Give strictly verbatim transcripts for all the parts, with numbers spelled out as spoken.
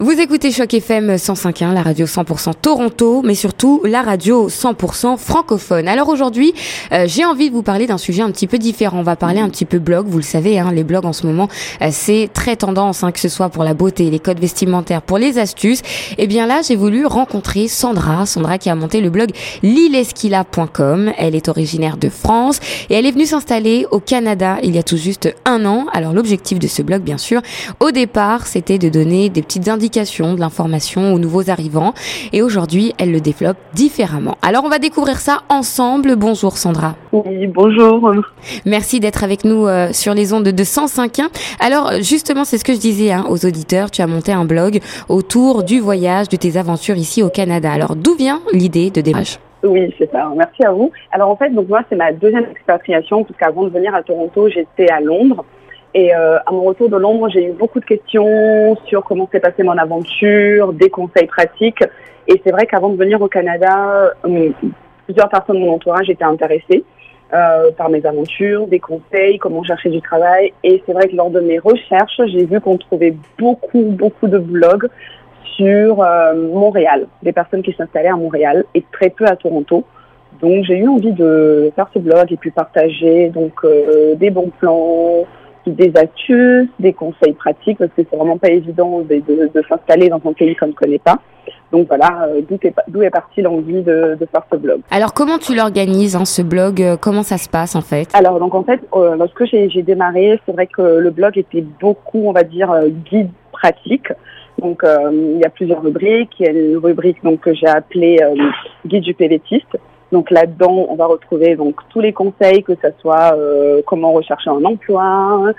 Vous écoutez Choc F M cent cinq point un, la radio cent pour cent Toronto, mais surtout la radio cent pour cent francophone. Alors aujourd'hui, euh, j'ai envie de vous parler d'un sujet un petit peu différent. On va parler un petit peu blog. Vous le savez, hein, les blogs en ce moment, euh, c'est très tendance, hein, que ce soit pour la beauté, les codes vestimentaires, pour les astuces. Et bien là, j'ai voulu rencontrer Sandra, Sandra qui a monté le blog lilesquila point com. Elle est originaire de France et elle est venue s'installer au Canada il y a tout juste un an. Alors l'objectif de ce blog, bien sûr, au départ, c'était de donner des petites indications, de l'information aux nouveaux arrivants. Et aujourd'hui, elle le développe différemment. Alors, on va découvrir ça ensemble. Bonjour Sandra. Oui, bonjour. Merci d'être avec nous euh, sur les ondes de cent cinq point un. Alors, justement, c'est ce que je disais hein, aux auditeurs. Tu as monté un blog autour du voyage, de tes aventures ici au Canada. Alors, d'où vient l'idée de démarrage ? Oui, c'est ça. Merci à vous. Alors, en fait, donc moi, c'est ma deuxième expatriation, puisqu'avant de venir à Toronto, j'étais à Londres. Et euh, à mon retour de Londres, j'ai eu beaucoup de questions sur comment s'est passée mon aventure, des conseils pratiques. Et c'est vrai qu'avant de venir au Canada, euh, plusieurs personnes de mon entourage étaient intéressées euh, par mes aventures, des conseils, comment chercher du travail. Et c'est vrai que lors de mes recherches, j'ai vu qu'on trouvait beaucoup, beaucoup de blogs sur euh, Montréal, des personnes qui s'installaient à Montréal et très peu à Toronto. Donc j'ai eu envie de faire ce blog et puis partager donc euh, des bons plans, des astuces, des conseils pratiques, parce que c'est vraiment pas évident de, de, de s'installer dans un pays qu'on ne connaît pas. Donc voilà, euh, d'où, est, d'où est partie l'envie de, de faire ce blog. Alors comment tu l'organises, hein, ce blog ? Comment ça se passe en fait ? Alors donc en fait, euh, lorsque j'ai, j'ai démarré, c'est vrai que le blog était beaucoup, on va dire, euh, guide pratique. Donc euh, il y a plusieurs rubriques. Il y a une rubrique donc que j'ai appelée euh, guide du PVTiste. Donc là-dedans, on va retrouver donc tous les conseils, que ce soit euh, comment rechercher un emploi,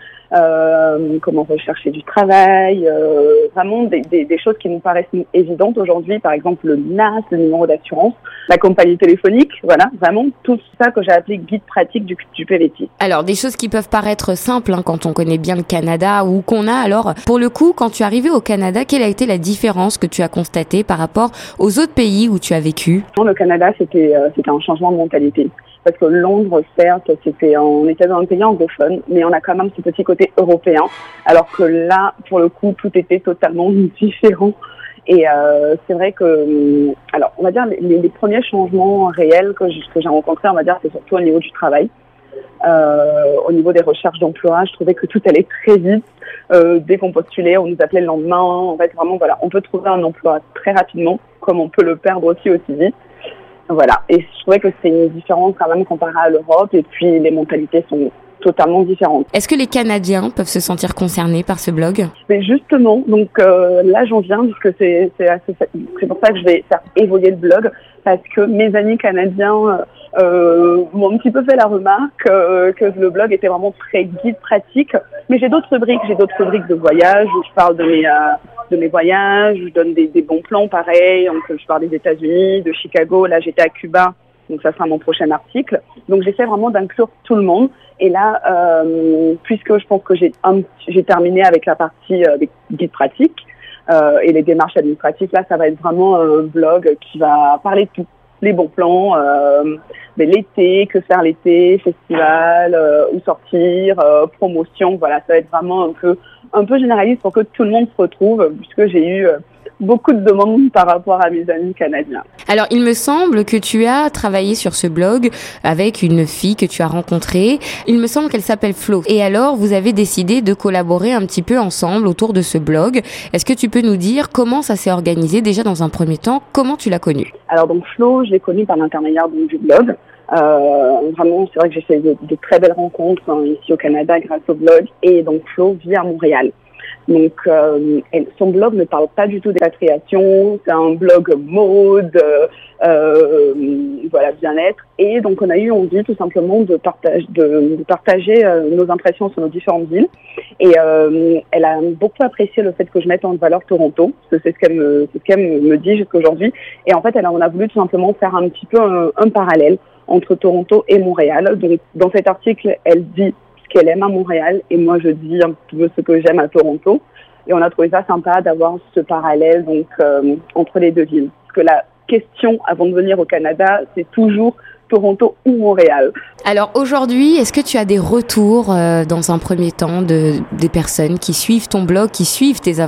euh, comment rechercher du travail, euh, vraiment des, des, des choses qui nous paraissent évidentes aujourd'hui, par exemple le N A S, le numéro d'assurance, la compagnie téléphonique, voilà, vraiment tout ça que j'ai appelé guide pratique du, du P V T. Alors des choses qui peuvent paraître simples hein, quand on connaît bien le Canada ou qu'on a. Alors pour le coup, quand tu es arrivé au Canada, quelle a été la différence que tu as constatée par rapport aux autres pays où tu as vécu ? Le Canada, c'était, euh, c'était un changement de mentalité. Parce que Londres, certes, c'était, on était dans un pays anglophone, mais on a quand même ce petit côté européen. Alors que là, pour le coup, tout était totalement différent. Et euh, c'est vrai que, alors, on va dire, les, les premiers changements réels que, que j'ai rencontrés, on va dire, c'est surtout au niveau du travail. Euh, au niveau des recherches d'emploi, je trouvais que tout allait très vite. Euh, dès qu'on postulait, on nous appelait le lendemain. En fait, vraiment, voilà, on peut trouver un emploi très rapidement, comme on peut le perdre aussi aussi vite. Voilà, et je trouvais que c'est une différence quand même comparée à l'Europe, et puis les mentalités sont totalement différentes. Est-ce que les Canadiens peuvent se sentir concernés par ce blog ? Mais justement, donc euh, là j'en viens, puisque c'est, c'est, assez, c'est pour ça que je vais faire évoluer le blog, parce que mes amis canadiens euh, m'ont un petit peu fait la remarque euh, que le blog était vraiment très guide pratique, mais j'ai d'autres rubriques, j'ai d'autres rubriques de voyage, où je parle de mes... Euh, de mes voyages, je donne des, des bons plans pareil, donc je parle des États-Unis, de Chicago, là j'étais à Cuba, donc ça sera mon prochain article. Donc j'essaie vraiment d'inclure tout le monde. Et là, euh, puisque je pense que j'ai, un, j'ai terminé avec la partie euh, des guides pratiques euh, et les démarches administratives, là ça va être vraiment un blog qui va parler de tout. Les bons plans, euh, mais l'été, que faire l'été, festival, euh, où sortir, euh, promotion, voilà, ça va être vraiment un peu un peu généraliste pour que tout le monde se retrouve, puisque j'ai eu euh, beaucoup de demandes par rapport à mes amis canadiens. Alors, il me semble que tu as travaillé sur ce blog avec une fille que tu as rencontrée. Il me semble qu'elle s'appelle Flo. Et alors, vous avez décidé de collaborer un petit peu ensemble autour de ce blog. Est-ce que tu peux nous dire comment ça s'est organisé déjà dans un premier temps ? Comment tu l'as connue ? Alors, donc Flo, je l'ai connue par l'intermédiaire donc, du blog. Euh, vraiment, c'est vrai que j'ai fait de, de très belles rencontres hein, ici au Canada grâce au blog. Et donc, Flo vit à Montréal. Donc, euh, elle, son blog ne parle pas du tout d'expatriation, c'est un blog mode, euh, euh, voilà, bien-être. Et donc, on a eu envie tout simplement de, partage, de, de partager euh, nos impressions sur nos différentes villes. Et euh, elle a beaucoup apprécié le fait que je mette en valeur Toronto, parce que c'est ce qu'elle me, c'est ce qu'elle me, me dit jusqu'à aujourd'hui. Et en fait, elle, on a voulu tout simplement faire un petit peu un, un parallèle entre Toronto et Montréal. Donc, dans cet article, elle dit qu'elle aime à Montréal et moi je dis un peu ce que j'aime à Toronto, et on a trouvé ça sympa d'avoir ce parallèle donc euh, entre les deux villes, parce que la question avant de venir au Canada c'est toujours Toronto ou Montréal. Alors aujourd'hui, est-ce que tu as des retours euh, dans un premier temps de des personnes qui suivent ton blog, qui suivent tes aventures ?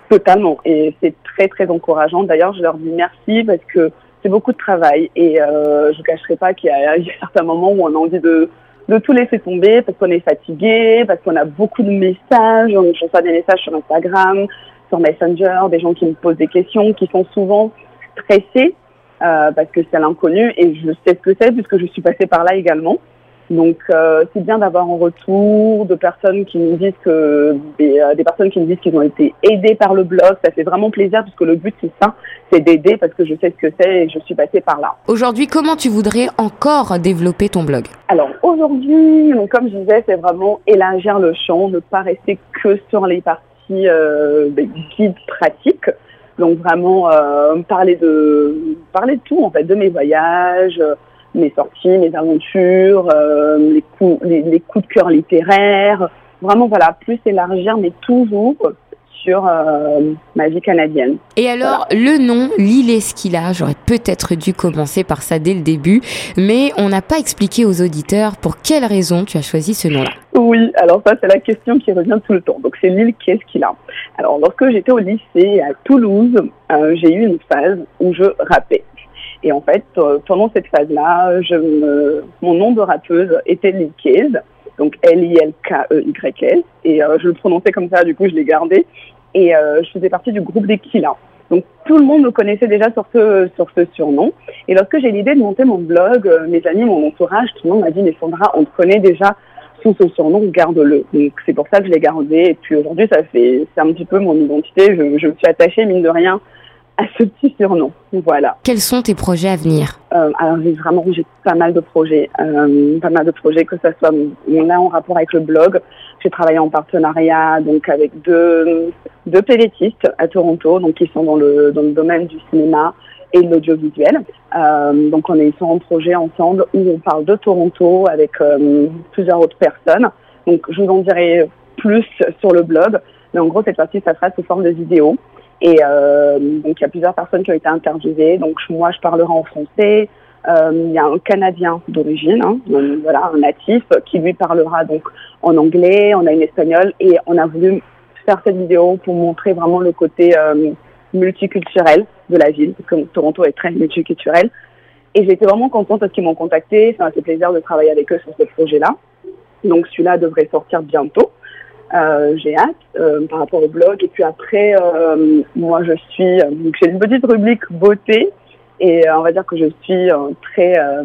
Totalement. Et c'est très, très encourageant. D'ailleurs, je leur dis merci parce que c'est beaucoup de travail. Et euh, je ne cacherai pas qu'il y a, il y a certains moments où on a envie de, de tout laisser tomber parce qu'on est fatigué, parce qu'on a beaucoup de messages. Je reçois des messages sur Instagram, sur Messenger, des gens qui me posent des questions, qui sont souvent stressés euh, parce que c'est l'inconnu. Et je sais ce que c'est puisque je suis passée par là également. Donc euh, c'est bien d'avoir un retour de personnes qui nous disent que des, euh, des personnes qui nous disent qu'ils ont été aidés par le blog. Ça fait vraiment plaisir puisque le but c'est ça, c'est d'aider parce que je sais ce que c'est et je suis passée par là. Aujourd'hui, comment tu voudrais encore développer ton blog? Alors aujourd'hui, donc, comme je disais, c'est vraiment élargir le champ, ne pas rester que sur les parties euh, des guides pratiques. Donc vraiment euh, parler de parler de tout en fait, de mes voyages, mes sorties, mes aventures, euh, les coups, les, les coups de cœur littéraires. Vraiment, voilà, plus élargir, mais toujours sur euh, ma vie canadienne. Et alors, voilà. Le nom, Lille Esquila, j'aurais peut-être dû commencer par ça dès le début, mais on n'a pas expliqué aux auditeurs pour quelle raison tu as choisi ce nom-là. Oui, alors ça, c'est la question qui revient tout le temps. Donc, c'est Lille Esquila. Alors, lorsque j'étais au lycée à Toulouse, euh, j'ai eu une phase où je rappais. Et en fait, euh, pendant cette phase-là, je me, mon nom de rappeuse était Lilkez, donc L I L K E Y S, et euh, je le prononçais comme ça, du coup je l'ai gardé, et euh, je faisais partie du groupe des Kila. Donc tout le monde me connaissait déjà sur ce, sur ce surnom, et lorsque j'ai l'idée de monter mon blog, euh, mes amis, mon entourage, tout le monde m'a dit « Mais Sandra, on te connaît déjà sous ce surnom, garde-le ». Donc c'est pour ça que je l'ai gardé, et puis aujourd'hui, ça fait, c'est un petit peu mon identité, je, je me suis attachée, mine de rien, à ce petit surnom, voilà. Quels sont tes projets à venir? euh, Alors j'ai vraiment j'ai pas mal de projets, euh, pas mal de projets que ça soit là en rapport avec le blog. J'ai travaillé en partenariat donc avec deux deux pélétistes à Toronto, donc qui sont dans le dans le domaine du cinéma et de l'audiovisuel. Euh, donc on est sur un projet ensemble où on parle de Toronto avec euh, plusieurs autres personnes. Donc je vous en dirai plus sur le blog, mais en gros cette fois-ci ça sera sous forme de vidéo. Et euh, donc il y a plusieurs personnes qui ont été interviewées. Donc moi je parlerai en français. Euh, il y a un Canadien d'origine, hein, donc, voilà, un natif qui lui parlera donc en anglais. On a une espagnole et on a voulu faire cette vidéo pour montrer vraiment le côté euh, multiculturel de la ville, parce que Toronto est très multiculturel. Et j'ai été vraiment contente parce qu'ils m'ont contacté. Ça m'a fait plaisir de travailler avec eux sur ce projet-là. Donc celui-là devrait sortir bientôt. Euh, j'ai hâte euh, par rapport au blog. Et puis après, euh, moi je suis, donc j'ai une petite rubrique beauté et euh, on va dire que je suis euh, très euh,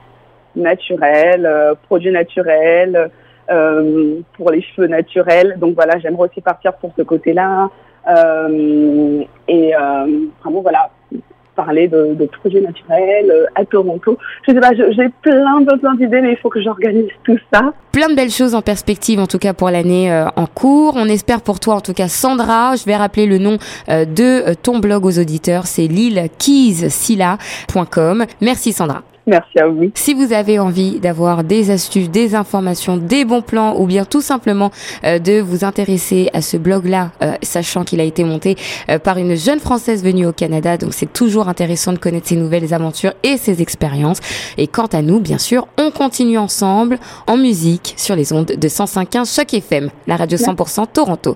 naturelle, euh, produits naturels, euh, pour les cheveux naturels. Donc voilà, j'aimerais aussi partir pour ce côté-là euh, et euh, vraiment voilà. parler de, de projets naturels euh, à Toronto. Je sais pas, je, j'ai plein de plein d'idées, mais il faut que j'organise tout ça. Plein de belles choses en perspective, en tout cas pour l'année euh, en cours. On espère pour toi, en tout cas, Sandra. Je vais rappeler le nom euh, de euh, ton blog aux auditeurs. C'est lille keys silla point com. Merci Sandra. Merci à vous. Si vous avez envie d'avoir des astuces, des informations, des bons plans ou bien tout simplement euh, de vous intéresser à ce blog-là, euh, sachant qu'il a été monté euh, par une jeune Française venue au Canada, donc c'est toujours intéressant de connaître ses nouvelles aventures et ses expériences. Et quant à nous, bien sûr, on continue ensemble en musique sur les ondes de cent cinq virgule quinze Choc F M, la radio cent pour cent Toronto.